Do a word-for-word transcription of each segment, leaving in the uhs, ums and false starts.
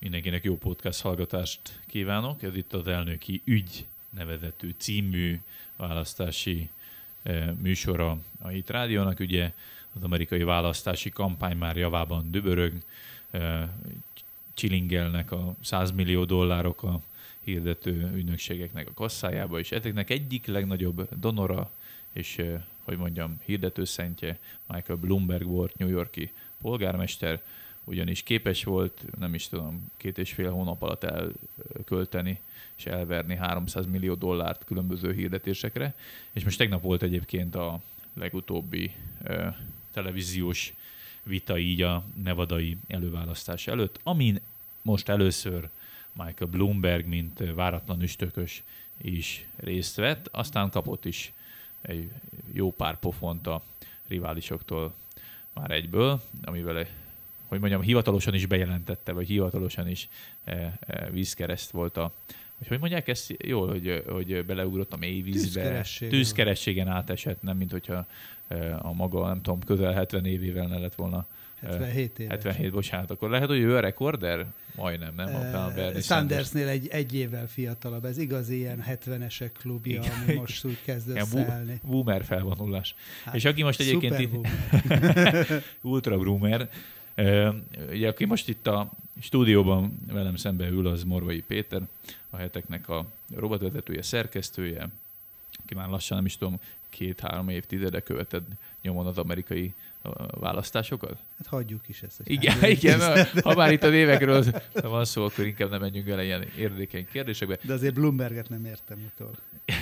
Mindenkinek jó podcast hallgatást kívánok. Ez itt az Elnöki Ügy nevezetű című választási e, műsora a Hit Rádiónak. Ugye az amerikai választási kampány már javában dübörög, e, csilingelnek a száz millió dollárok a hirdető ügynökségeknek a kasszájába, és ezeknek egyik legnagyobb donora és, e, hogy mondjam, hirdetőszentje Michael Bloomberg volt, New York-i polgármester, ugyanis képes volt, nem is tudom, két és fél hónap alatt elkölteni és elverni háromszáz millió dollárt különböző hirdetésekre. És most tegnap volt egyébként a legutóbbi eh, televíziós vita így a nevadai előválasztás előtt, amin most először Michael Bloomberg, mint váratlan üstökös is részt vett, aztán kapott is egy jó pár pofont a riválisoktól már egyből, amivel, hogy mondjam, hivatalosan is bejelentette, vagy hivatalosan is e, e, vízkereszt volt a, hogy hogy mondják ezt jól, hogy, hogy beleugrott a mély vízbe, Tűzkerességen. tűzkerességen átesett, nem mint hogyha e, a maga, nem tudom, közel hetven évével ne lett volna. hetvenhét éves. hetvenhét, bocsánat, akkor lehet, hogy ő a rekorder? Majdnem, nem? A Uh, Sandersnél egy, egy évvel fiatalabb, ez igazi ilyen hetvenesek klubja, igen, ami most úgy kezd összeállni. Boomer felvonulás. Hát, és aki most egyébként itt ultra boomer, uh, ugye aki most itt a stúdióban velem szemben ül, az Morvai Péter, a Heteknek a rovatvezetője, szerkesztője, aki már lassan nem is tudom, két-három évtizede követed nyomon az amerikai választásokat? Hát hagyjuk is ezt. Igen, igen, ha már itt a névekről van szó, akkor inkább nem menjünk el ilyen érdekeny kérdésekbe. De azért Bloomberget nem értem utol.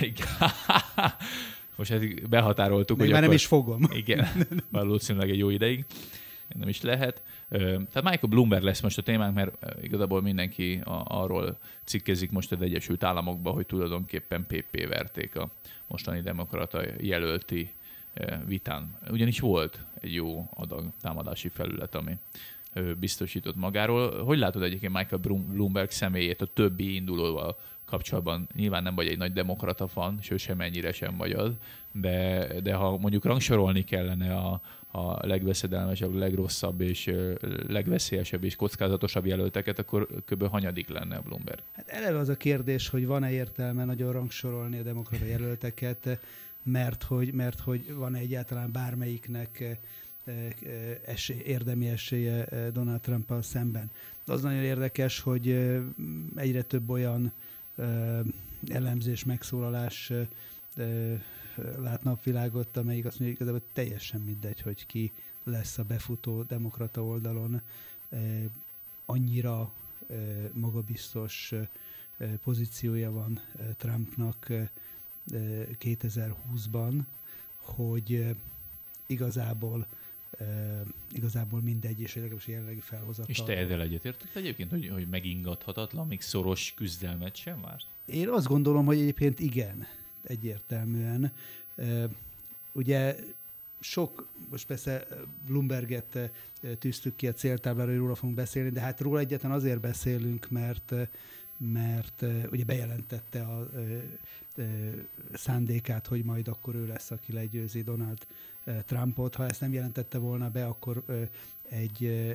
Most hát behatároltuk, még hogy már akkor... nem is fogom. Igen, valószínűleg egy jó ideig. Nem is lehet. Tehát Michael Bloomberg lesz most a témánk, mert igazából mindenki a, arról cikkezik most az Egyesült Államokban, hogy tulajdonképpen pé pé verték a mostani demokrata jelölti vitán. Ugyanis volt egy jó adag támadási felület, ami biztosított magáról. Hogy látod egyébként Michael Bloomberg személyét a többi indulóval kapcsolatban? Nyilván nem vagy egy nagy demokrata fan, sősem ennyire sem vagy az, de, de ha mondjuk rangsorolni kellene a, a legveszedelmesebb, legrosszabb és legveszélyesebb és kockázatosabb jelölteket, akkor kb. Hanyadik lenne a Bloomberg? Hát eleve az a kérdés, hogy van-e értelme nagyon rangsorolni a demokrata jelölteket, mert hogy, mert hogy van egyáltalán bármelyiknek esély, érdemi esélye Donald Trump-al szemben. De az nagyon érdekes, hogy egyre több olyan elemzés, megszólalás lát napvilágot, amelyik azt mondja, igazából teljesen mindegy, hogy ki lesz a befutó demokrata oldalon. Annyira magabiztos pozíciója van Trumpnak kétezer-húszban, hogy igazából igazából mindegy, és legalábbis jelenlegi felhozatal. És te ezzel egyetértett egyébként, hogy, hogy megingathatatlan, még szoros küzdelmet sem várt? Én azt gondolom, hogy egyébként igen, egyértelműen. Ugye sok, most persze Bloomberget tűztük ki a céltáblára, hogy róla fogunk beszélni, de hát róla egyáltalán azért beszélünk, mert, mert ugye bejelentette a szándékát, hogy majd akkor ő lesz, aki legyőzi Donald Trumpot. Ha ezt nem jelentette volna be, akkor egy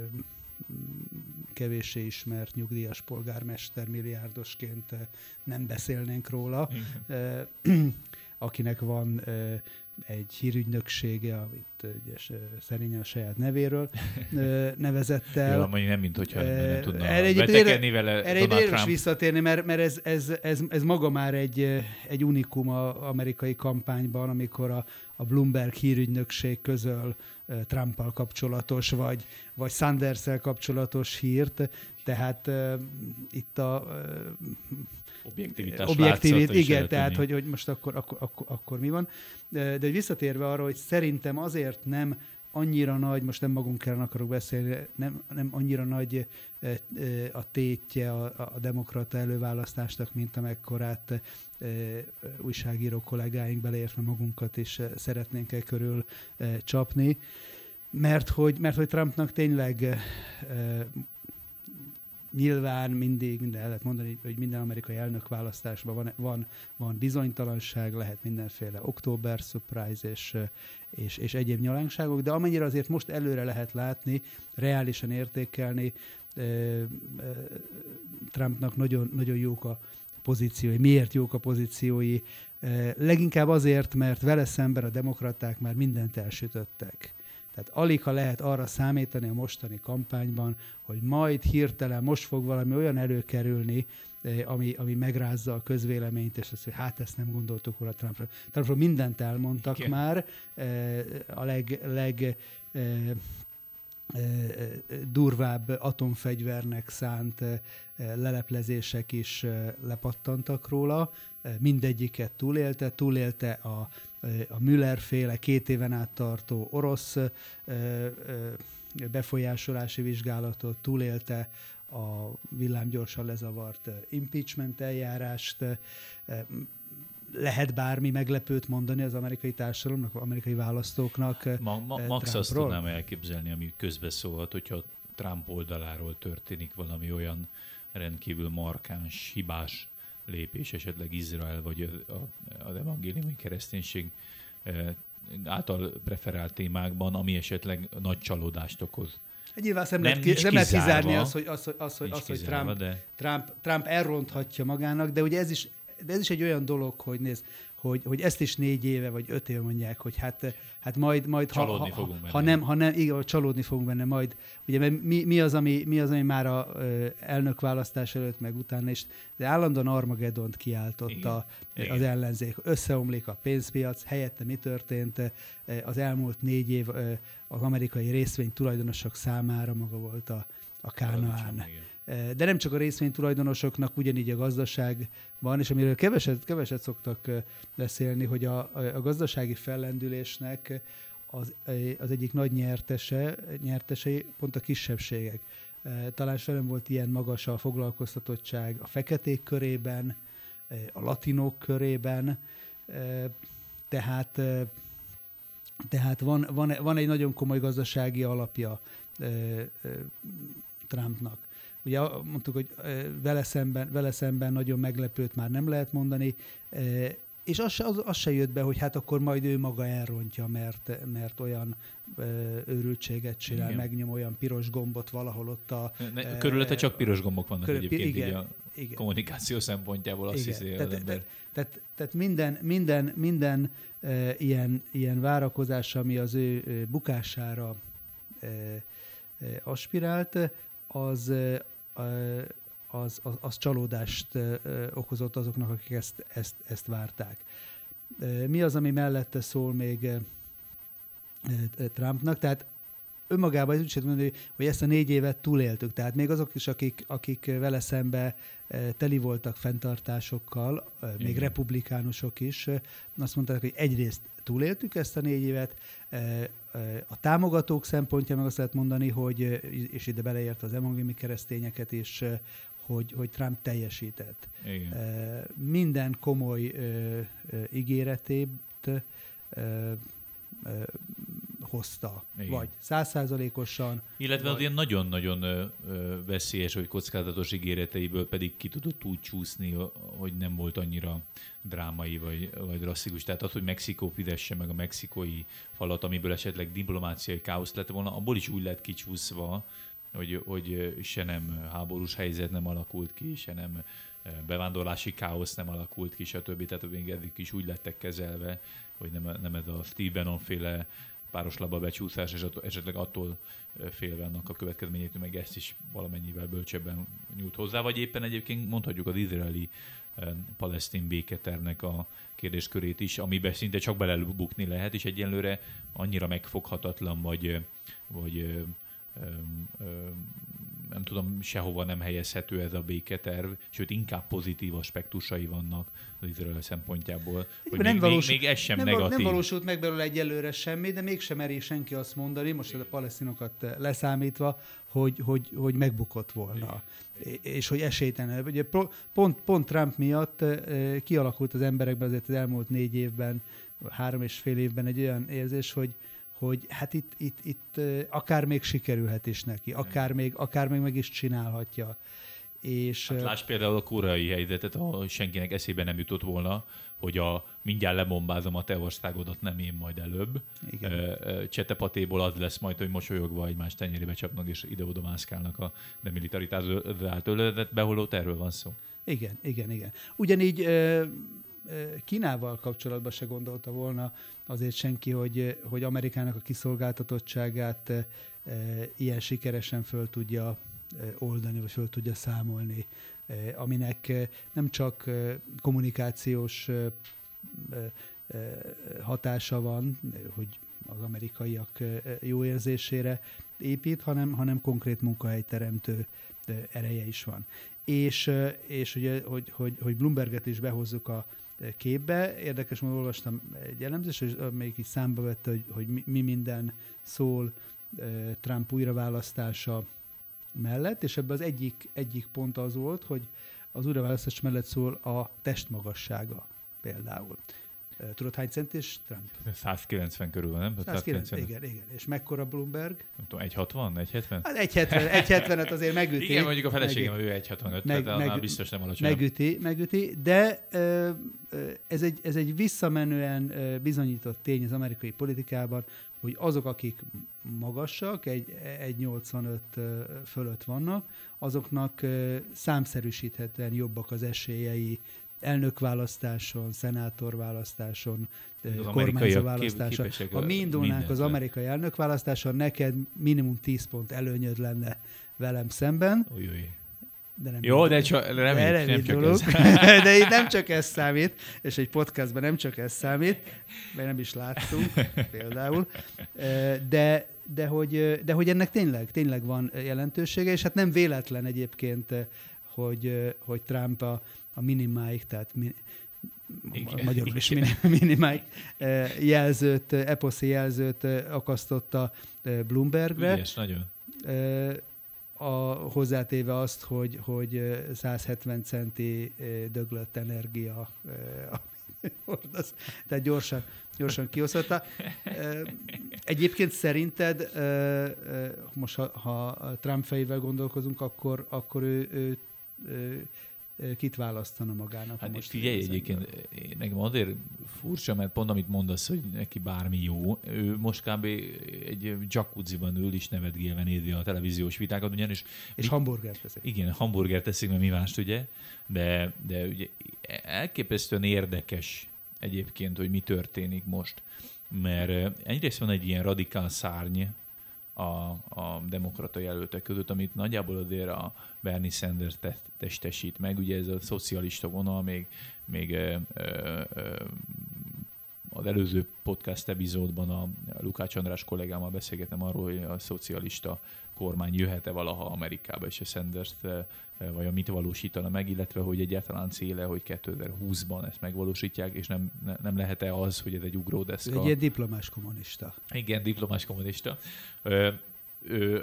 kevéssé ismert nyugdíjas polgármester milliárdosként nem beszélnénk róla, akinek van egy hírügynöksége, amit szerényen a saját nevéről nevezett el. Jó, mondjuk nem, mint hogyha nem tudna betekedni vele erre Donald Trump. Trump. Visszatérni, mert, mert ez, ez, ez, ez maga már egy, egy unikum az amerikai kampányban, amikor a, a Bloomberg hírügynökség közöl Trumpal kapcsolatos, vagy, vagy Sanderssel kapcsolatos hírt. Tehát uh, itt a... Uh, Objektivitás Objektivit, igen, tehát hogy, hogy most akkor, akkor, akkor, akkor mi van. De, de visszatérve arra, hogy szerintem azért nem annyira nagy, most nem magunk ellen akarok beszélni, nem, nem annyira nagy a tétje a, a demokrata előválasztásnak, mint amekkorát e, újságíró kollégáink, beleértve magunkat is szeretnénk e körül e, csapni, mert hogy, mert hogy Trumpnak tényleg e, nyilván mindig, minden el lehet mondani, hogy minden amerikai elnökválasztásban van, van, van bizonytalanság, lehet mindenféle október surprise és, és, és egyéb nyalánkságok, de amennyire azért most előre lehet látni, reálisan értékelni, Trumpnak nagyon, nagyon jók a pozíciói. Miért jók a pozíciói? Leginkább azért, mert vele szemben a demokraták már mindent elsütöttek. Tehát alig, ha lehet arra számítani a mostani kampányban, hogy majd hirtelen most fog valami olyan előkerülni, ami, ami megrázza a közvéleményt, és azt, hogy hát ezt nem gondoltuk volna Trumpra. Trumpról mindent elmondtak Igen. már, a leg, leg durvább atomfegyvernek szánt leleplezések is lepattantak róla. Mindegyiket túlélte. Túlélte a, a Müller-féle két éven át tartó orosz befolyásolási vizsgálatot, túlélte a villámgyorsan lezavart impeachment eljárást. Lehet bármi meglepőt mondani az amerikai társadalomnak, az amerikai választóknak ma, ma, Max azt tudnám elképzelni, ami közbeszólhat, hogyha Trump oldaláról történik valami olyan rendkívül markáns, hibás lépés, esetleg Izrael vagy az evangéliumi kereszténység által preferált témákban, ami esetleg nagy csalódást okoz. Nyilván nem, nem, lehet, nem lehet kizárni azt, hogy, az, az, hogy, az, hogy Trump, de... Trump, Trump elronthatja magának, de ugye ez is, de ez is egy olyan dolog, hogy nézd, hogy, hogy ezt is négy éve vagy öt éve mondják, hogy hát, hát majd, majd ha, ha, ha, ha, nem, ha nem, igen, csalódni fogunk benne majd. Ugye mert mi, mi, az, ami, mi az, ami már a elnökválasztás előtt meg utána is, de állandóan Armageddont kiáltotta igen. az ellenzék. Összeomlik a pénzpiac, helyette mi történt? Az elmúlt négy év az amerikai részvény tulajdonosok számára maga volt a, a Kánaán. De nem csak a részvénytulajdonosoknak, ugyanígy a gazdaság van, és amiről keveset, keveset szoktak beszélni, hogy a, a gazdasági fellendülésnek az, az egyik nagy nyertese, nyertesei pont a kisebbségek. Talán sem volt ilyen magas a foglalkoztatottság a feketék körében, a latinok körében, tehát, tehát van, van, van egy nagyon komoly gazdasági alapja Trumpnak. Ugye mondtuk, hogy vele szemben, vele szemben nagyon meglepőt már nem lehet mondani, és az, az, az se jött be, hogy hát akkor majd ő maga elrontja, mert, mert olyan őrültséget csinál, igen. megnyom olyan piros gombot valahol ott a... Ne, körülötte csak piros gombok vannak körül, egyébként igen, így a igen. kommunikáció szempontjából, azt igen. hiszi az ember. Tehát, tehát minden, minden, minden e, ilyen, ilyen várakozás, ami az ő bukására e, e, aspirált, az, az, az, az csalódást okozott azoknak, akik ezt, ezt, ezt várták. Mi az, ami mellette szól még Trumpnak? Tehát önmagában úgy sem mondani, hogy ezt a négy évet túléltük. Tehát még azok is, akik, akik vele szembe teli voltak fenntartásokkal, még igen. republikánusok is, azt mondták, hogy egyrészt túléltük ezt a négy évet, a támogatók szempontja meg azt lehet mondani, hogy, és ide beleért az evangéliumi keresztényeket is, hogy, hogy Trump teljesített. Igen. Minden komoly ígéretét hozta, igen. vagy százszázalékosan. Illetve vagy... az ilyen nagyon-nagyon ö, ö, veszélyes, hogy kockázatos ígéreteiből pedig ki tudott úgy csúszni, hogy nem volt annyira drámai vagy, vagy drasztikus. Tehát az, hogy Mexikó fizesse meg a mexikói falat, amiből esetleg diplomáciai káosz lett volna, abból is úgy lett kicsúszva, hogy, hogy se nem háborús helyzet nem alakult ki, se nem bevándorlási káosz nem alakult ki, stb. Tehát még eddig is úgy lettek kezelve, hogy nem, nem ez a Steve Bannon-féle páros labba becsúszás, és esetleg attól félve annak a következményétől meg ezt is valamennyivel bölcsebben nyújt hozzá, vagy éppen egyébként mondhatjuk az izraeli palesztin béketervnek a kérdéskörét is, amiben szinte csak belebukni lehet, és egyenlőre annyira megfoghatatlan, vagy, vagy Öm, öm, nem tudom, sehova nem helyezhető ez a béketerv, sőt inkább pozitív aspektusai vannak az Izrael szempontjából, hogy nem még, valósult, még, még ez sem nem negatív. Nem valósult meg belőle egyelőre semmi, de mégsem meri senki azt mondani, most a palesztinokat leszámítva, hogy, hogy, hogy megbukott volna, igen. és hogy esélytelen. Ugye pont, pont Trump miatt kialakult az emberekben azért az elmúlt négy évben, három és fél évben egy olyan érzés, hogy hogy hát itt, itt, itt akár még sikerülhet is neki, akár még, akár még meg is csinálhatja. És, hát láss például a koreai helyzetet, ahol senkinek eszébe nem jutott volna, hogy a mindjárt lebombázom a te országodat, nem én majd előbb. Igen. Csetepatéból az lesz majd, hogy mosolyogva egymást tenyerébe csapnak, és ide-oda mászkálnak a demilitarizált övezetbe, holott erről van szó. Igen, igen, igen. Ugyanígy Kínával kapcsolatban se gondolta volna azért senki, hogy, hogy Amerikának a kiszolgáltatottságát ilyen sikeresen föl tudja oldani, vagy föl tudja számolni, aminek nem csak kommunikációs hatása van, hogy az amerikaiak jó érzésére épít, hanem, hanem konkrét munkahelyteremtő ereje is van. És, és ugye, hogy, hogy, hogy Bloomberget is behozzuk a képbe. Érdekes, hogy olvastam egy elemzést, és még így számba vette, hogy, hogy mi minden szól Trump újraválasztása mellett, és ebben az egyik, egyik pont az volt, hogy az újraválasztás mellett szól a testmagassága például. Tudod, hány centis Trump? száz kilencven körül, nem? száz kilencven, igen, igen. És mekkora Bloomberg? Nem tudom, egy hatvan, egy hetven? Hát egy hetven, egy hetvenet azért megüti. Igen, mondjuk a feleségem, ő egy hatvanöt, meg, tehát annál biztos nem alacsonyabb. Megüti, megüti, de ez egy, ez egy visszamenően bizonyított tény az amerikai politikában, hogy azok, akik magasak, egy, egy nyolcvanöt fölött vannak, azoknak számszerűsíthetően jobbak az esélyei elnökválasztáson, szenátorválasztáson, kormányzóválasztáson. Ha mi indulnánk az amerikai elnökválasztáson, neked minimum tíz pont előnyöd lenne velem szemben. Ujjjj. De nem Jó, de csak reméljük, nem csak ez. De itt nem csak ez számít, és egy podcastban nem csak ez számít, mert nem is látszunk például, de, de, hogy, de hogy ennek tényleg, tényleg van jelentősége, és hát nem véletlen egyébként, hogy, hogy Trump a, a minimike, tehát mi, igen, magyarul is minimike jelzőt, eposzi jelzőt akasztotta Bloombergre. Ügyes, nagyon. A, hozzátéve azt, hogy, hogy száz hetven centi döglött energia, hordasz, tehát gyorsan, gyorsan kiosztotta. Egyébként szerinted, most ha, ha Trump fejével gondolkozunk, akkor, akkor ő, ő, ő kit választana magának? Hát most figyelj, egyébként nekem azért furcsa, mert pont amit mondasz, hogy neki bármi jó, ő most kb. Egy jacuzziban ül is nevetgélve nézi a televíziós vitákat, ugyanis... És mi, hamburgert teszik. Igen, hamburgert teszik, mert mi mást, ugye? De, de ugye elképesztően érdekes egyébként, hogy mi történik most. Mert egyrészt van egy ilyen radikál szárny a, a demokrata jelöltek között, amit nagyjából azért a Bernie Sanders testesít meg. Ugye ez a szocialista vonal, még, még ö, ö, ö, az előző podcast epizódban a Lukács András kollégámmal beszélgetem arról, hogy a szocialista kormány jöhet-e valaha Amerikába, és a Sanders vajon mit valósítana meg, illetve hogy egyáltalán céle, hogy kétezer-húszban ezt megvalósítják, és nem, nem lehet-e az, hogy ez egy ugródeszka. Egy ilyen diplomás kommunista. Igen, diplomás kommunista. Ö, ö,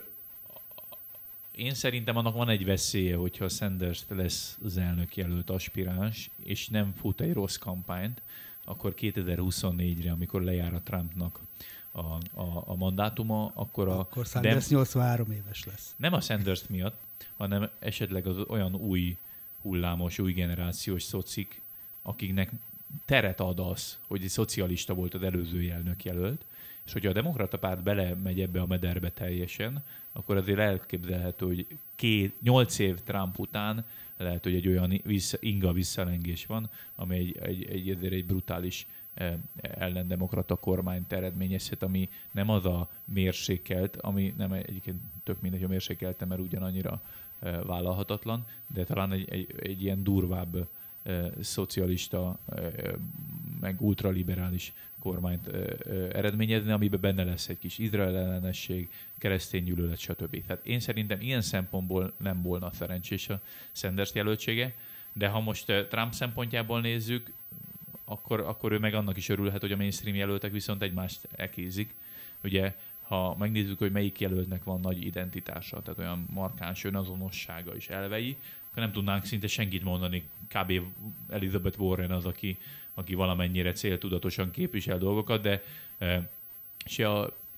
én szerintem annak van egy veszélye, hogyha Sanders lesz az elnök jelölt aspiráns, és nem fut egy rossz kampányt, akkor kétezer-huszonnégyre, amikor lejár a Trumpnak a, a, a mandátuma, akkor a... Akkor Sanders de, nyolcvanhárom éves lesz. Nem a Sanders miatt, hanem esetleg az olyan új hullámos, új generációs szocik, akiknek teret ad az, hogy egy szocialista volt az előző elnök jelölt, és hogyha a demokrata párt belemegy ebbe a mederbe teljesen, akkor azért elképzelhető, hogy két, nyolc év Trump után lehet, hogy egy olyan vissza, inga visszalengés van, ami egy, egy, egy, egy, egy brutális eh, ellendemokrata kormányt eredményezhet, ami nem az a mérsékelt, ami nem egyébként tök mindegy a mérsékelte, mert ugyanannyira eh, vállalhatatlan, de talán egy, egy, egy ilyen durvább eh, szocialista, eh, meg ultraliberális kormányt ö, ö, eredményezni, amiben benne lesz egy kis Izrael ellenesség, keresztény gyűlölet, stb. Tehát én szerintem ilyen szempontból nem volna szerencsés a Sanders jelöltsége, de ha most Trump szempontjából nézzük, akkor, akkor ő meg annak is örülhet, hogy a mainstream jelöltek viszont egymást elkézik. Ugye, ha megnézzük, hogy melyik jelöltnek van nagy identitása, tehát olyan markáns önazonossága és elvei, akkor nem tudnánk szinte senkit mondani, kb. Elizabeth Warren az, aki aki valamennyire céltudatosan képvisel dolgokat, de se a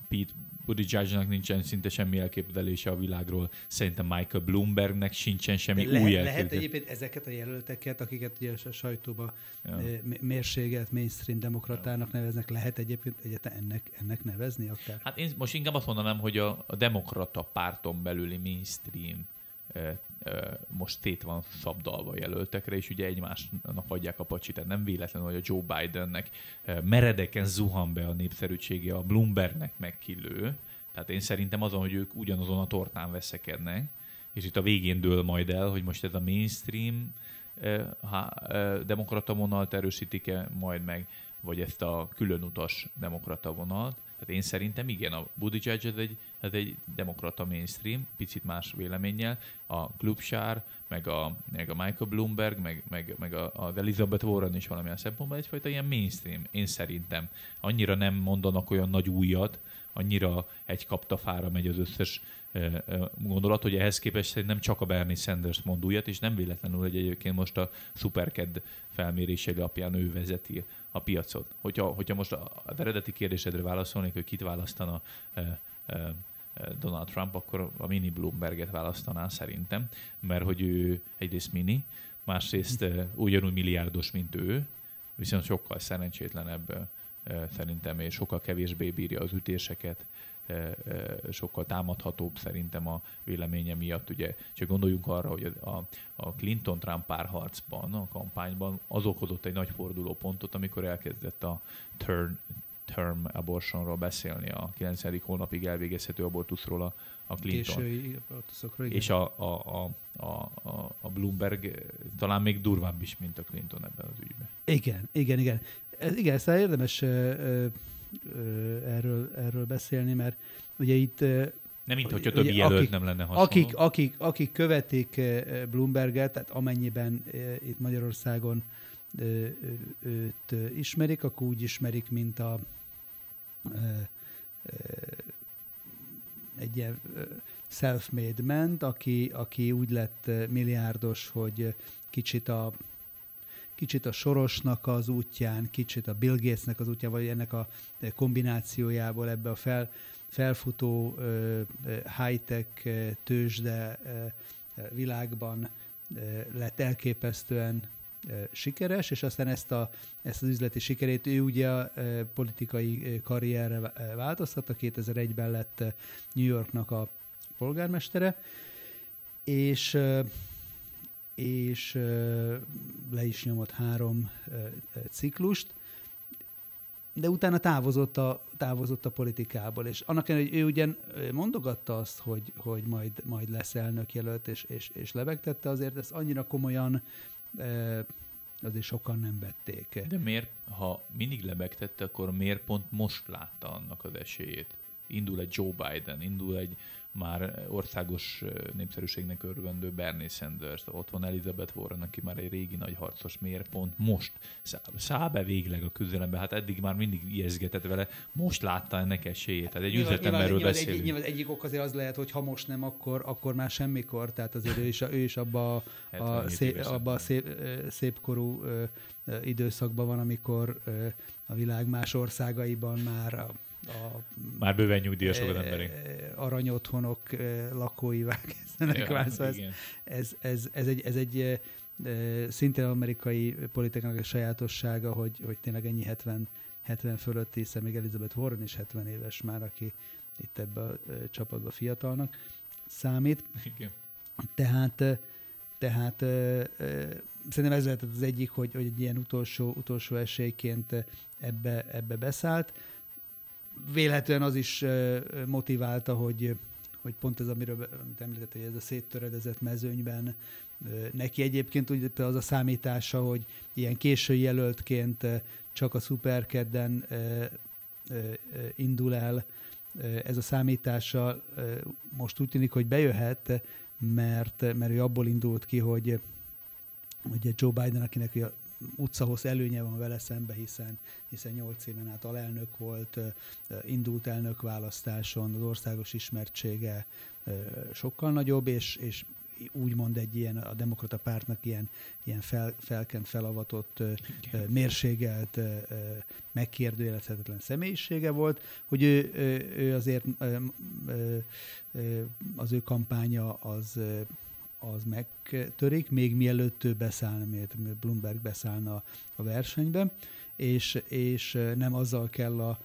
Pete Buttigiegnek nincsen szinte semmi elképzelése a világról, szerintem Michael Bloombergnek sincsen semmi lehet, új elképzelése. Lehet egyébként ezeket a jelölteket, akiket ugye a sajtóban ja. mérséget mainstream demokratának ja. neveznek, lehet egyébként egyáltalán ennek, ennek nevezni akár? Hát én most inkább azt mondanám, hogy a, a demokrata párton belüli mainstream e, e, most szét van szabdalva jelöltekre, és ugye egymásnak adják a pacsit. Tehát nem véletlenül, hogy a Joe Bidennek e, meredeken zuhan be a népszerűsége, a Bloombergnek megkillő. Tehát én szerintem azon, hogy ők ugyanazon a tortán veszekednek, és itt a végén dől majd el, hogy most ez a mainstream eh, ha, eh, demokrata vonalt erősítik-e majd meg, vagy ezt a különutas demokrata vonalt. Tehát én szerintem igen, a Buttigieg ez egy, ez egy demokrata mainstream, picit más véleménnyel. A Klobuchar, meg a, meg a Michael Bloomberg, meg, meg, meg a, az Elizabeth Warren is valamilyen szempontból egyfajta ilyen mainstream, én szerintem. Annyira nem mondanak olyan nagy újat, annyira egy kaptafára megy az összes gondolat, hogy ehhez képest szerintem csak a Bernie Sanders mond újat, és nem véletlenül, hogy egyébként most a Supercad felmérései alapján ő vezeti a piacot. Hogyha, hogyha most az eredeti kérdésedre válaszolnék, hogy kit választana Donald Trump, akkor a mini Bloomberget választaná szerintem, mert hogy ő egyrészt mini, másrészt ugyanúgy milliárdos, mint ő, viszont sokkal szerencsétlenebb szerintem, és sokkal kevésbé bírja az ütéseket, sokkal támadhatóbb szerintem a véleménye miatt. Ugye, csak gondoljunk arra, hogy a, a Clinton-Trump párharcban, a kampányban az okozott egy nagy fordulópontot, amikor elkezdett a turn, term abortionról beszélni, a kilencedik hónapig elvégezhető abortuszról a, a Clinton. Késői abortuszokról, igen. És a, a, a, a, a Bloomberg talán még durvább is, mint a Clinton ebben az ügyben. Igen, igen, igen. Ez, igen, szóval érdemes ö, ö, erről, erről beszélni, mert ugye itt... Nem, mint hogyha többi jelölt akik, nem lenne hasonló. Akik, akik, akik követik Bloomberget, tehát amennyiben itt Magyarországon őt ismerik, akkor úgy ismerik, mint a egy ilyen self-made man, aki, aki úgy lett milliárdos, hogy kicsit a kicsit a Sorosnak az útján, kicsit a Bill Gatesnek az útján, vagy ennek a kombinációjából ebbe a fel, felfutó high-tech tőzsde világban lett elképesztően sikeres, és aztán ezt, a, ezt az üzleti sikerét ő ugye a politikai karrierre változtatta, kétezer-egyben lett New Yorknak a polgármestere, és és le is nyomott három ciklust, de utána távozott a, távozott a politikából, és annak ellenére, hogy ő ugyan mondogatta azt, hogy, hogy majd, majd lesz elnökjelölt, és, és, és lebegtette, azért ezt annyira komolyan azért sokan nem vették. De miért, ha mindig lebegtette, akkor miért pont most látta annak az esélyét? Indul egy Joe Biden, indul egy már országos népszerűségnek örvendő Bernie Sanders, ott van Elizabeth Warren, aki már egy régi nagy harcos, miért pont most száll be végleg a küzdelembe, hát eddig már mindig ijeszgetett vele, most látta ennek esélyét, tehát egy üzletemberről beszélünk. Egy, nyilván egyik ok azért az lehet, hogy ha most nem, akkor, akkor már semmikor, tehát azért ő is, ő is abba a, a, szép, abba a szép, szépkorú időszakban van, amikor a világ más országaiban már a A, Már bőven nyugdíjasok az emberek. Aranyotthonok lakóivá kezdenek változni. Ez, ez, ez, egy, ez egy szintén amerikai politikának a sajátossága, hogy, hogy tényleg ennyi hetven, hetven fölött, hiszen még Elizabeth Warren is hetven éves már, aki itt ebbe a csapatba fiatalnak számít. Igen. Tehát, tehát szerintem ez lehetett az egyik, hogy, hogy egy ilyen utolsó, utolsó esélyként ebbe, ebbe beszállt. Vélhetően az is motiválta, hogy, hogy pont ez, amiről említett, hogy ez a széttöredezett mezőnyben neki egyébként úgy az a számítása, hogy ilyen késői jelöltként csak a Supercadden indul el, ez a számítása most úgy tűnik, hogy bejöhet, mert, mert ő abból indult ki, hogy, hogy Joe Biden, akinek a utcahossz előnye van vele szembe, hiszen, hiszen nyolc éven át alelnök volt, indult elnökválasztáson, az országos ismertsége sokkal nagyobb, és, és úgymond egy ilyen, a demokrata pártnak ilyen, ilyen fel, felkent, felavatott, Igen. mérségelt, megkérdőjelezhetetlen személyisége volt, hogy ő, ő azért az ő kampánya az, az megtörik, még mielőtt ő beszállna, mielőtt Bloomberg beszállna a versenybe, és, és nem azzal kell a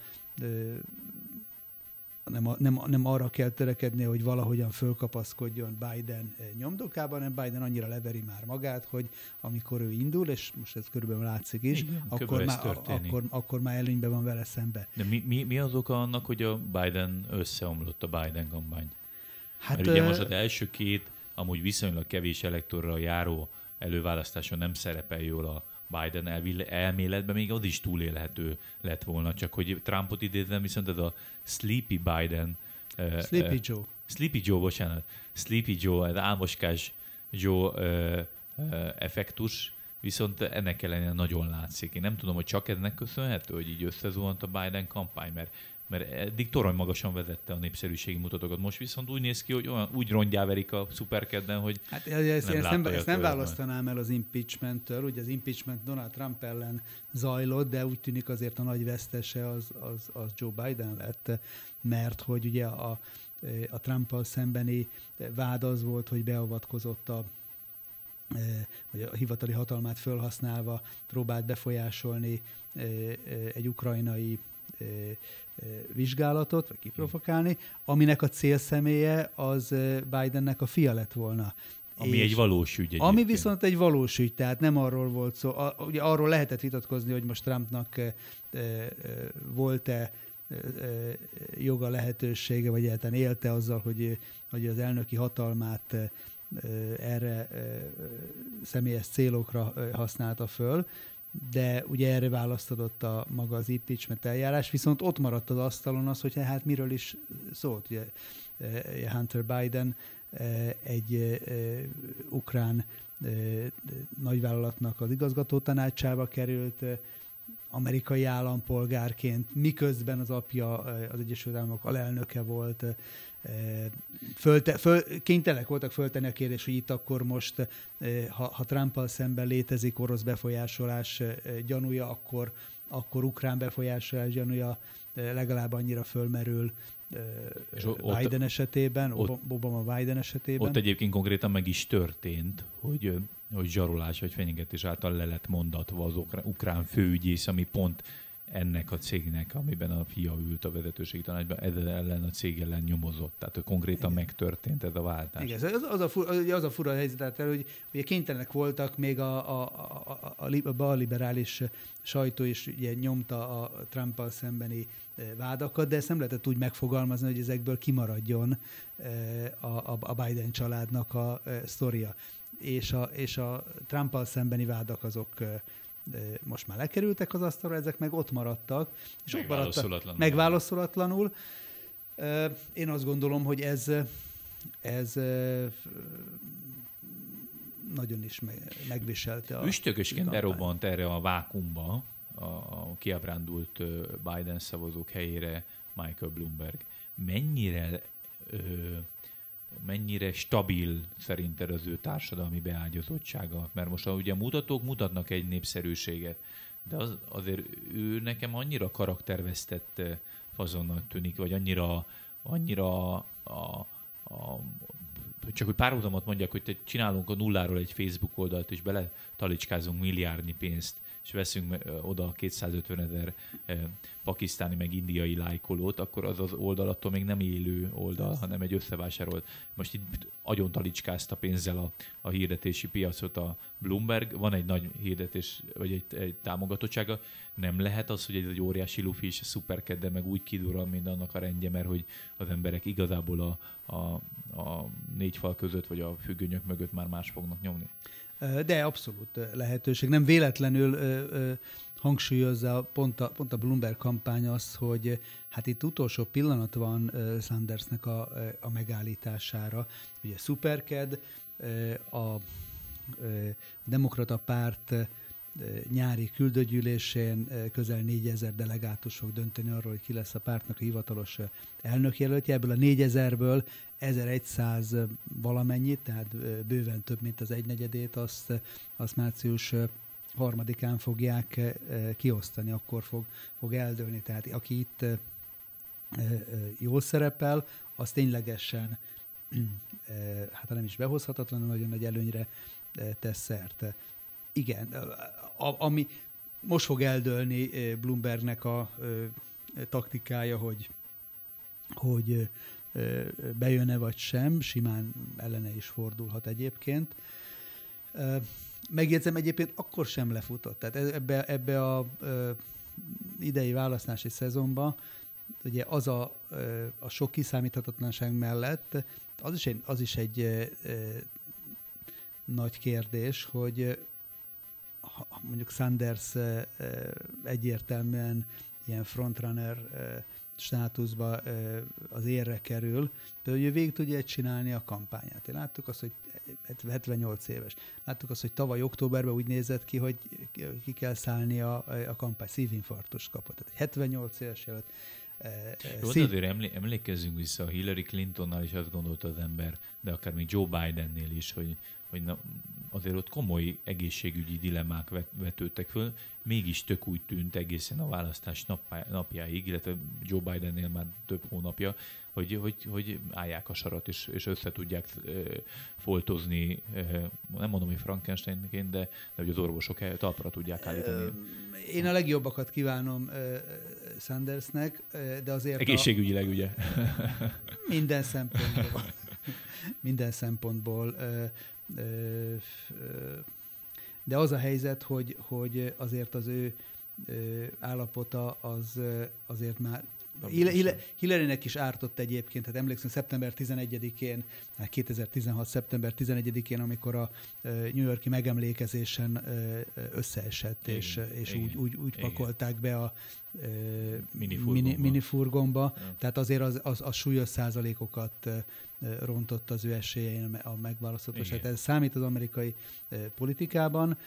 Nem, a, nem, nem arra kell törekedni, hogy valahogyan fölkapaszkodjon Biden nyomdokában, hanem Biden annyira leveri már magát, hogy amikor ő indul, és most ez körülbelül látszik is, Igen, akkor, már, akkor, akkor már előnyben van vele szembe. De mi, mi, mi az oka annak, hogy a Biden összeomlott, a Biden kampány? Hát, Mert ugye most az első két, amúgy viszonylag kevés elektorral járó előválasztáson nem szerepel jól a Biden elméletben, még az is túlélhető lett volna, csak hogy Trumpot idézem, viszont ez a Sleepy Biden. Sleepy uh, Joe. Sleepy Joe, bocsánat. Sleepy Joe, az álmoskás Joe uh, uh, effektus, viszont ennek ellenére nagyon látszik. Én nem tudom, hogy csak ennek köszönhető, hogy így összezuhant a Biden kampány, mert mert eddig torony magasan vezette a népszerűségi mutatókat. Most viszont úgy néz ki, hogy olyan, úgy rongyáverik a szuperkedden, hogy hát ezt nem, ezt nem, ezt nem választanám el az impeachment-től. Ugye az impeachment Donald Trump ellen zajlott, de úgy tűnik azért a nagy vesztese az, az, az Joe Biden lett, mert hogy ugye a, a Trumpal szembeni vád az volt, hogy beavatkozott a vagy a hivatali hatalmát felhasználva próbált befolyásolni egy ukrajnai vizsgálatot, vagy kiprovokálni, aminek a célszemélye az Bidennek a fia lett volna. Ami és egy valós ügy egyébként. Ami viszont egy valós ügy, tehát nem arról volt szó. A, ugye arról lehetett vitatkozni, hogy most Trumpnak e, e, volt-e e, joga, lehetősége, vagy egyáltalán élte azzal, hogy, hogy az elnöki hatalmát e, erre e, személyes célokra használta föl, de ugye erre választodott a maga az impeachment eljárás, viszont ott maradt az asztalon az, hogy hát miről is szólt. Ugye Hunter Biden egy ukrán nagyvállalatnak az igazgatótanácsába került, amerikai állampolgárként, miközben az apja az Egyesült Államok alelnöke volt, Fölte, föl, kénytelenek voltak föltenni a kérdést, hogy itt akkor most, ha, ha Trumpal szemben létezik orosz befolyásolás gyanúja, akkor, akkor ukrán befolyásolás gyanúja legalább annyira fölmerül Biden ott, esetében, ott, Obama Biden esetében. Ott egyébként konkrétan meg is történt, hogy, hogy zsarolás vagy fenyegetés által le lett mondatva az ukrán főügyész, ami pont ennek a cégnek, amiben a fia ült a vezetőségi tanácsban, ez ellen a cég ellen nyomozott. Tehát, hogy konkrétan Igen. megtörtént ez a váltás. Igen, az, az, a, fura, az a fura helyzet, hogy ugye kénytelenek voltak még a, a, a, a, a balliberális sajtó is ugye nyomta a Trumpal szembeni vádakat, de ezt nem lehetett úgy megfogalmazni, hogy ezekből kimaradjon a, a, a Biden családnak a sztoria. És a, és a Trumpal szembeni vádak azok most már lekerültek az asztalra, ezek meg ott maradtak. És megválaszolatlanul. Megválaszolatlanul. Én azt gondolom, hogy ez, ez nagyon is megviselte a... Üstökösként berobbant erre a vákumba a, a kiábrándult Biden szavazók helyére Michael Bloomberg. Mennyire... Ö, mennyire stabil szerinted az ő társadalmi beágyazottsága? Mert most ugye a mutatók mutatnak egy népszerűséget, de az, azért ő nekem annyira karaktervesztett fazonnak tűnik, vagy annyira, annyira a, a, csak hogy párhuzamot mondjak, hogy csinálunk a nulláról egy Facebook oldalt, és bele talicskázunk milliárdnyi pénzt, és veszünk oda kétszázötven ezer pakisztáni meg indiai lájkolót, akkor az az oldal attól még nem élő oldal, Persze. hanem egy összevásárolt. Most itt agyon talicskázta pénzzel a, a hirdetési piacot a Bloomberg, van egy nagy hirdetés, vagy egy, egy támogatottsága. Nem lehet az, hogy ez egy óriási lufi és szuperked, de meg úgy kidurral, mint annak a rendje, mert hogy az emberek igazából a, a, a négy fal között, vagy a függönyök mögött már más fognak nyomni. De abszolút lehetőség. Nem véletlenül ö, ö, hangsúlyozza pont a, pont a Bloomberg kampány azt, hogy hát itt utolsó pillanat van ö, Sandersnek a, a megállítására. Ugye szuperked, ö, a ö, demokrata párt ö, nyári küldőgyűlésén ö, közel négyezer delegátus fog dönteni arról, hogy ki lesz a pártnak a hivatalos elnökjelöltje. Ebből a négyezerből ezerszáz valamennyit, tehát bőven több, mint az egynegyedét, azt, azt március harmadikán fogják kiosztani, akkor fog, fog eldőlni. Tehát aki itt jól szerepel, az ténylegesen, hát nem is behozhatatlan, nagyon nagy előnyre tesz szert. Igen, a, ami most fog eldőlni Bloombergnek a taktikája, hogy, hogy bejön-e vagy sem, simán ellene is fordulhat egyébként. Megjegyzem, egyébként akkor sem lefutott. Tehát ebbe, ebbe a idei választási szezonban ugye az a, a sok kiszámíthatatlanság mellett az is egy, az is egy e, e, nagy kérdés, hogy ha mondjuk Sanders e, e, egyértelműen ilyen frontrunner e, státuszba e, az érre kerül, de ő végig tudja csinálni a kampányát. Láttuk azt, hogy hetvennyolc éves. Láttuk azt, hogy tavaly októberben úgy nézett ki, hogy ki kell szállni a, a kampány. Szívinfarktust kapott. Tehát hetvennyolc éves előtt. Jó, Szív... azért emlé- emlékezzünk vissza, a Hillary Clintonnál is azt gondolta az ember, de akár még Joe Bidennél is, hogy, hogy na, azért ott komoly egészségügyi dilemmák vet, vetődtek föl, mégis tök úgy tűnt egészen a választás napjá, napjáig, illetve Joe Bidennél már több hónapja, hogy, hogy, hogy állják a sarat, és, és össze tudják e, foltozni, e, nem mondom, hogy Frankensteinként, de, de hogy az orvosok talpra tudják állítani. Én a legjobbakat kívánom uh, Sandersnek, uh, de azért... Egészségügyileg, a, ugye? Minden szempontból. minden szempontból. Uh, uh, de az a helyzet, hogy, hogy azért az ő uh, állapota az azért már Hillarynek is ártott egyébként, hát emlékszem, szeptember tizenegyedikén, kétezer-tizenhat. szeptember tizenegyedikén, amikor a New York-i megemlékezésen összeesett, igen, és, és igen, úgy, úgy, úgy pakolták be a minifurgomba. minifurgomba. Ja. Tehát azért az, az, az súlyos százalékokat rontott az ő esélyein a megválaszthatóság. Ez számít az amerikai politikában.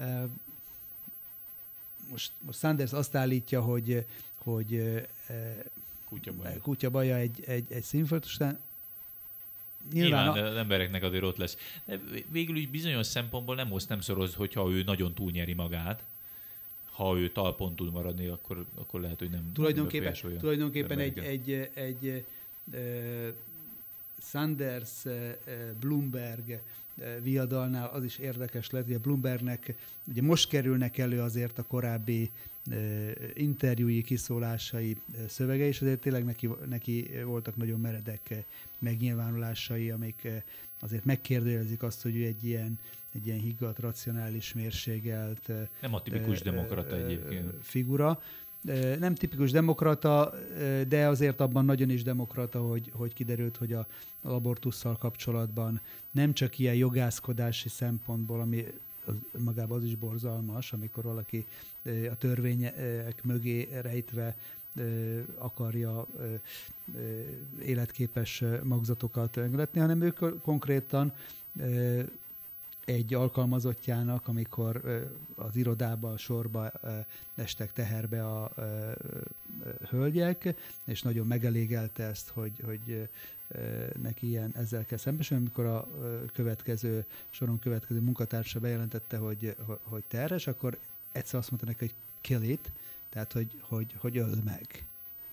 Most, most Sanders azt állítja, hogy hogy e, kutyabaja, kutyabaja egy, egy, egy színfoltos, nyilván, nyilván a... az embereknek azért ott lesz. De végül is bizonyos szempontból nem oszt, nem szoroz, hogyha ő nagyon túlnyeri magát. Ha ő talpon tud maradni, akkor, akkor lehet, hogy nem tulajdonképpen, tulajdonképpen egy, egy, egy, egy uh, Sanders, uh, Bloomberg viadalnál az is érdekes lett, hogy a Bloombergnek ugye most kerülnek elő azért a korábbi uh, interjúi, kiszólásai, uh, szövege, és azért tényleg neki, neki voltak nagyon meredek megnyilvánulásai, amik uh, azért megkérdőjelezik azt, hogy ő egy ilyen, egy ilyen higgadt, racionális, mérségelt nem a tipikus uh, demokrata egyébként figura. Nem tipikus demokrata, de azért abban nagyon is demokrata, hogy, hogy kiderült, hogy a, az abortusszal kapcsolatban nem csak ilyen jogászkodási szempontból, ami az, magában az is borzalmas, amikor valaki a törvények mögé rejtve akarja életképes magzatokat engedni, hanem ők konkrétan egy alkalmazottjának, amikor az irodába, a sorba estek teherbe a hölgyek, és nagyon megelégelte ezt, hogy, hogy neki ilyen ezzel kell szembesülni, amikor a következő, soron következő munkatársa bejelentette, hogy, hogy terhes, akkor egyszer azt mondta neki, hogy kill it, tehát hogy, hogy, hogy öld meg.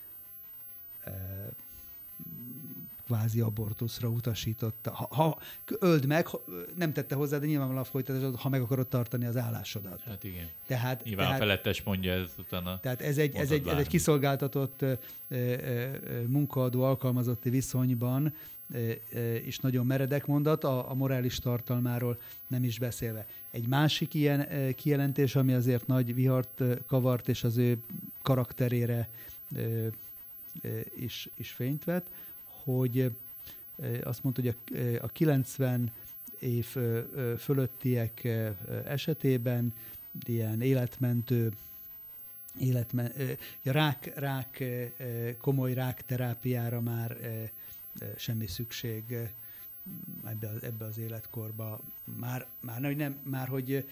Kvázi abortuszra utasította. Ha, ha öld meg, ha, nem tette hozzá, de nyilvánvalóan folytatás, ha meg akarod tartani az állásodat. Hát igen. Tehát, nyilván tehát, a felettes mondja ez utána. Tehát ez egy, ez egy, ez egy kiszolgáltatott e, e, munkaadó alkalmazotti viszonyban e, e, is nagyon meredek mondat, a, a morális tartalmáról nem is beszélve. Egy másik ilyen e, kijelentés, ami azért nagy vihart e, kavart, és az ő karakterére e, e, is, is fényt vett, hogy azt mondta, hogy a kilencven év fölöttiek esetében ilyen életmentő, életmen, rák, rák, komoly rákterápiára már semmi szükség ebbe, ebbe az életkorba. Már, már, nem, már hogy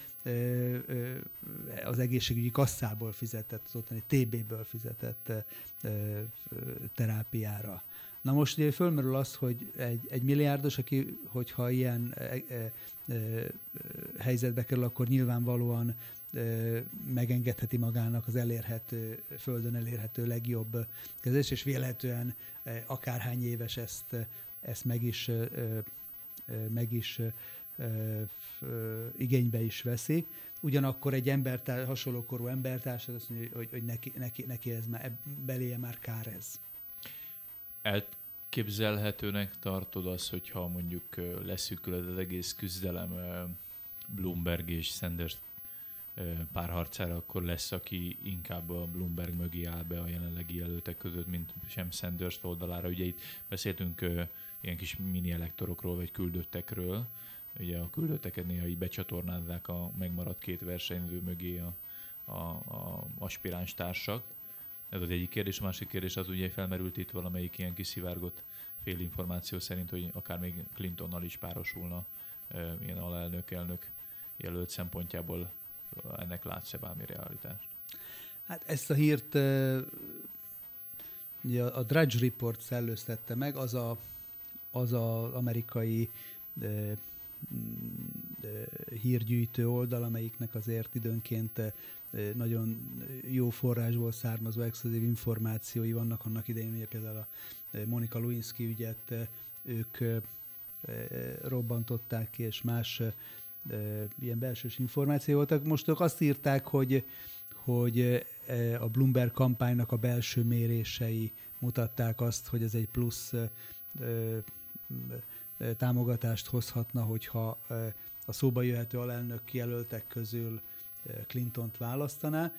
az egészségügyi kasszából fizetett, az ottani té béből fizetett terápiára. Na most ugye fölmerül az, hogy egy, egy milliárdos, aki, hogyha ilyen e, e, e, helyzetbe kerül, akkor nyilvánvalóan e, megengedheti magának az elérhető, földön elérhető legjobb kezés, és véletlenül e, akárhány éves ezt, ezt meg is, e, e, meg is e, e, igénybe is veszi. Ugyanakkor egy embertárs, hasonló korú embertárs azt mondja, hogy, hogy neki, neki, neki ez már, beléje már kár ez. Elképzelhetőnek tartod azt, hogyha mondjuk leszűküled az egész küzdelem Bloomberg és Sanders párharcára, akkor lesz, aki inkább a Bloomberg mögé áll be a jelenlegi jelöltek között, mint sem Sanders oldalára. Ugye itt beszéltünk ilyen kis mini elektorokról, vagy küldöttekről. Ugye a küldötteket néha így becsatornázzák a megmaradt két versenyző mögé a, a, a aspiráns társak. Ez az egyik kérdés. A másik kérdés az ugye felmerült itt valamelyik ilyen kiszivárgott félinformáció szerint, hogy akár még Clintonnal is párosulna e, ilyen alelnök-elnök jelölt szempontjából. Ennek látsz-e bármi realitást? Hát ezt a hírt uh, ugye a Drudge Report szellőztette meg, az a, az a amerikai uh, hírgyűjtő oldal, amelyiknek azért időnként nagyon jó forrásból származó exkluzív információi vannak. Annak idején ugye például a Monica Lewinsky ügyet ők robbantották ki, és más ilyen belsős információ voltak. Most ők azt írták, hogy, hogy a Bloomberg kampánynak a belső mérései mutatták azt, hogy ez egy plusz támogatást hozhatna, hogyha a szóba jöhető alelnök jelöltek közül Clintont választaná.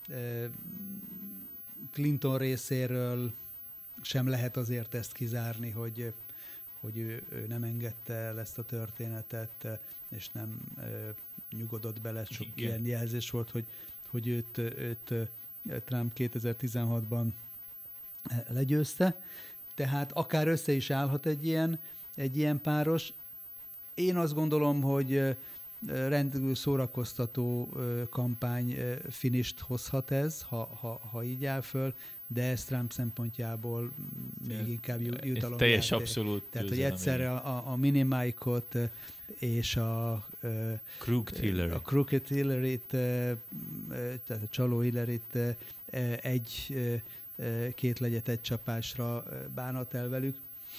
Clinton részéről sem lehet azért ezt kizárni, hogy, hogy ő, ő nem engedte el ezt a történetet, és nem nyugodott bele. Sok Igen. ilyen jelzés volt, hogy, hogy őt, őt Trump kétezer-tizenhatban legyőzte. Tehát akár össze is állhat egy ilyen, egy ilyen páros. Én azt gondolom, hogy rendkívül szórakoztató kampány finist hozhat ez, ha, ha, ha így áll föl, de ez Trump szempontjából még inkább jutalom. Teljes abszolút. Tehát, hogy egyszerre a, a Mini-Mike-ot és a Crooked Hillary, a Crooked Hillary-t, tehát a csaló Hillary-t egy két legyet egy csapásra bánhat el velük.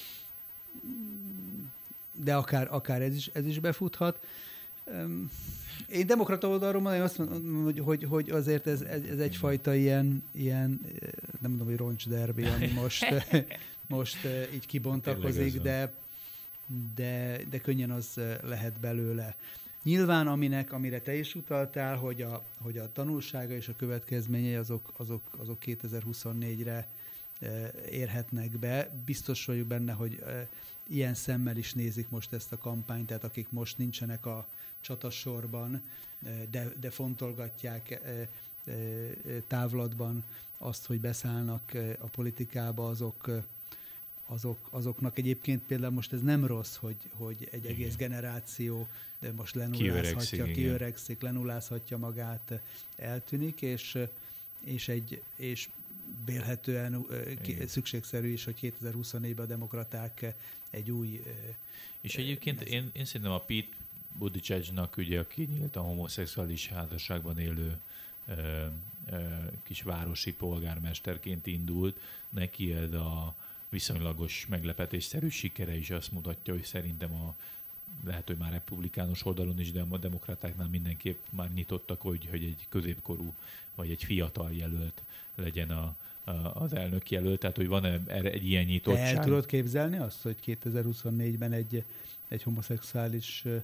De akár, akár ez, is, ez is befuthat. Én demokrata oldalról mondom, azt mondom, hogy, hogy, hogy azért ez, ez, ez egyfajta ilyen, ilyen, nem mondom, hogy roncsderbi, ami most, most így kibontakozik, de, de, de könnyen az lehet belőle. Nyilván, aminek, amire te is utaltál, hogy a, hogy a tanulsága és a következményei azok, azok, azok kétezer-huszonnégyre érhetnek be. Biztos vagyok benne, hogy ilyen szemmel is nézik most ezt a kampányt, tehát akik most nincsenek a csatasorban, de, de fontolgatják távlatban azt, hogy beszállnak a politikába, azok, azok, azoknak egyébként például most ez nem rossz, hogy, hogy egy egész igen. generáció most lenullázhatja, kiöregszik, lenullázhatja magát, eltűnik, és, és, egy, és vélhetően igen. szükségszerű is, hogy kétezer-huszonnégyben a demokraták egy új... És egyébként én, én szerintem a Pete Buttigiegnak, ugye, aki nyílt a homoszexuális házasságban élő ö, ö, kis városi polgármesterként indult, neki ez a viszonylagos meglepetésszerű sikere is azt mutatja, hogy szerintem a lehet, hogy már republikánus oldalon is, de a demokratáknál mindenképp már nyitottak, hogy, hogy egy középkorú vagy egy fiatal jelölt legyen a, a, az elnök jelölt, tehát hogy van erre egy ilyen nyitottság. Te el tudod képzelni azt, hogy kétezer-huszonnégyben egy, egy homoszexuális ö,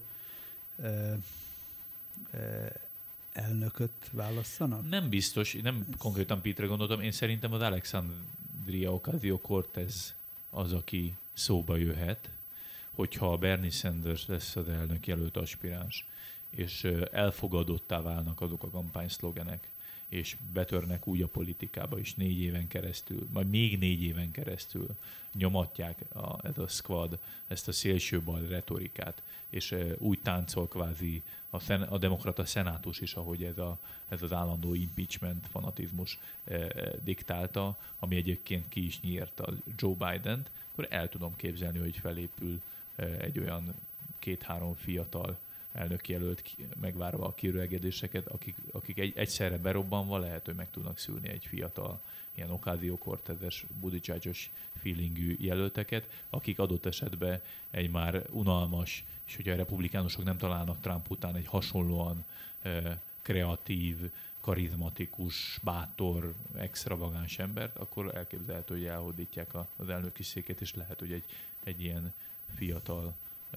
ö, elnököt válasszanak? Nem biztos, nem konkrétan Petre gondoltam, én szerintem az Alexandria Ocasio-Cortez az, aki szóba jöhet, hogyha a Bernie Sanders lesz az elnök jelölt aspiráns, és elfogadottá válnak azok a kampányszlogenek, és betörnek úgy a politikába is négy éven keresztül, majd még négy éven keresztül nyomatják a, ez a squad, ezt a szélsőbal retorikát, és e, úgy táncol kvázi a, szen, a demokrata szenátus is, ahogy ez, a, ez az állandó impeachment fanatizmus e, e, diktálta, ami egyébként ki is nyírta Joe Bident, akkor el tudom képzelni, hogy felépül e, egy olyan két-három fiatal elnökjelölt megvárva a kiüregedéseket, akik, akik egy, egyszerre berobbanva lehet, hogy meg tudnak szülni egy fiatal, ilyen Ocasio-Cortezes, Buttigieg-os feelingű jelölteket, akik adott esetben egy már unalmas, és hogyha a republikánusok nem találnak Trump után egy hasonlóan eh, kreatív, karizmatikus, bátor, extravagáns embert, akkor elképzelhető, hogy elhódítják az elnöki széket, és lehet, hogy egy, egy ilyen fiatal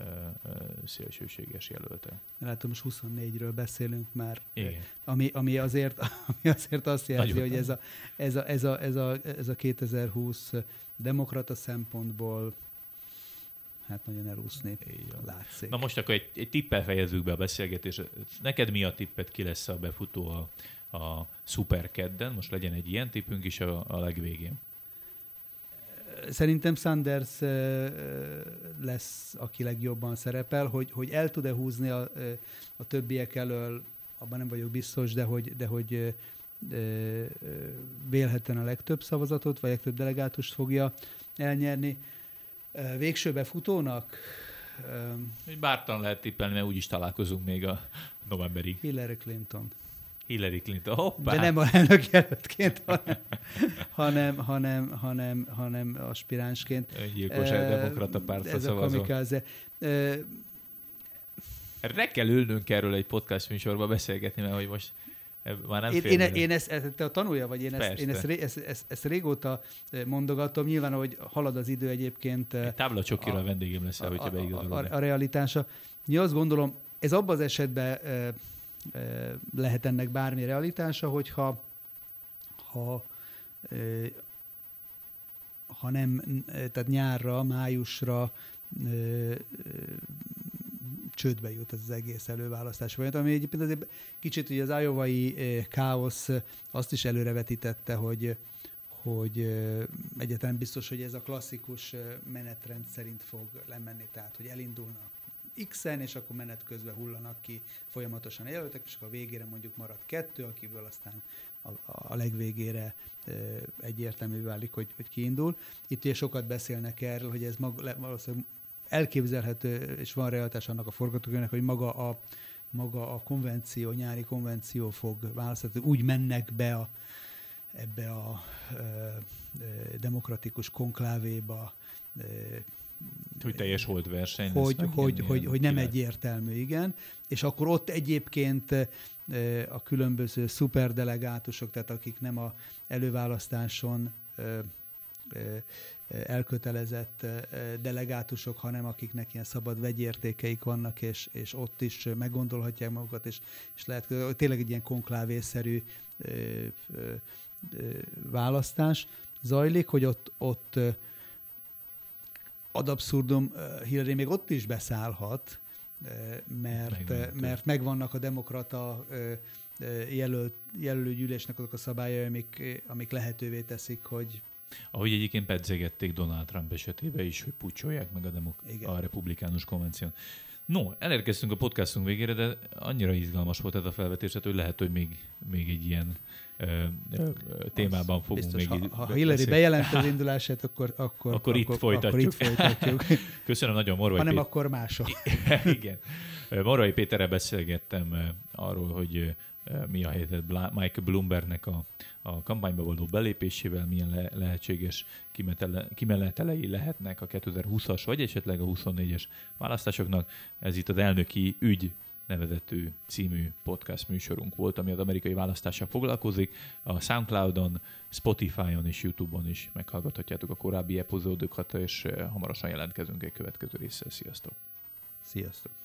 szélsőséges jelölte. Látom, most huszonnégyről beszélünk már, igen. ami, ami, azért, ami azért azt jelzi, Nagyon hogy ez a, ez, a, ez, a, ez, a, ez a kétezer-húsz demokrata szempontból hát nagyon elúszni látszik. Na most akkor egy, egy tippel fejezzük be a beszélgetést. Neked mi a tippet, ki lesz a befutó a, a Super Kedden? Most legyen egy ilyen tippünk is a, a legvégén. Szerintem Sanders lesz, aki legjobban szerepel, hogy, hogy el tud-e húzni a, a többiek elől, abban nem vagyok biztos, de hogy, de hogy vélhetően a legtöbb szavazatot, vagy legtöbb delegátust fogja elnyerni. Végső befutónak? Bártalan lehet tippelni, mert úgyis találkozunk még a novemberig. Hillary Clinton. Hillary Clinton, hoppá! De nem a elnök jelöltként, hanem, hanem, hanem, hanem, hanem aspiránsként. Öngyilkos uh, demokrata pártra szavazó. Ez a kamikáze. Uh, Erre kell ülnünk erről egy podcast műsorba beszélgetni, mert hogy most már nem én, fél. Én, én ezt, te a tanulja vagy, én, ezt, én ezt, ezt, ezt, ezt régóta mondogatom. Nyilván, hogy halad az idő egyébként. Egy táblacsokira a vendégem leszel, hogyha beigazolod. A, a, a realitása. Ja, azt gondolom, ez abban az esetben lehet ennek bármi realitása, hogyha ha, ha nem, tehát nyárra, májusra csődbe jut ez az egész előválasztás folyamat, ami egyébként azért kicsit ugye az iowai káosz azt is előrevetítette, hogy, hogy egyáltalán biztos, hogy ez a klasszikus menetrend szerint fog lemenni, tehát hogy elindulnak X-en, és akkor menet közben hullanak ki folyamatosan jelöltek, és akkor a végére mondjuk marad kettő, akiből aztán a, a legvégére e, egyértelmű válik, hogy, hogy kiindul. Itt ugye sokat beszélnek erről, hogy ez mag, valószínűleg elképzelhető, és van realitás annak a forgatókönyvnek, hogy maga a, maga a konvenció, nyári konvenció fog választani, úgy mennek be a, ebbe a e, e, demokratikus konklávéba, e, hogy teljes volt verseny. Hogy, hogy, hogy, hogy nem egyértelmű, igen. És akkor ott egyébként a különböző szuperdelegátusok, tehát akik nem a előválasztáson elkötelezett delegátusok, hanem akiknek ilyen szabad vegyértékeik vannak, és, és ott is meggondolhatják magukat, és, és lehet tényleg egy ilyen konklávészerű választás zajlik, hogy ott, ott ad abszurdum, Hillary még ott is beszállhat, mert, mert megvannak a demokrata jelölt, jelölőgyűlésnek azok a szabályai, amik, amik lehetővé teszik, hogy... Ahogy egyébként pedzegették Donald Trump esetében is, hogy pucsolják meg a, demok- a republikánus konvención. No, elérkeztünk a podcastunk végére, de annyira izgalmas volt ez a felvetés, hogy lehet, hogy még, még egy ilyen ö, ö, témában az fogunk biztos, még... Ha, ha Hillary bejelent az indulását, akkor, akkor, akkor, itt, akkor, folytatjuk. akkor itt folytatjuk. Köszönöm nagyon, Morvai Ha nem, Péter. akkor máshol. Igen. Morvai Péterrel beszélgettem arról, hogy mi a helyzet Michael Bloombergnek a, a kampányba való belépésével, milyen le, lehetséges kimetele, kimenetelei lehetnek a kétezer-húszas vagy esetleg a huszonnégyes választásoknak. Ez itt az Elnöki Ügy nevezetű című podcast műsorunk volt, ami az amerikai választással foglalkozik. A SoundCloudon, Spotify-on és YouTube-on is meghallgathatjátok a korábbi epizódokat, és hamarosan jelentkezünk egy következő résszel. Sziasztok! Sziasztok!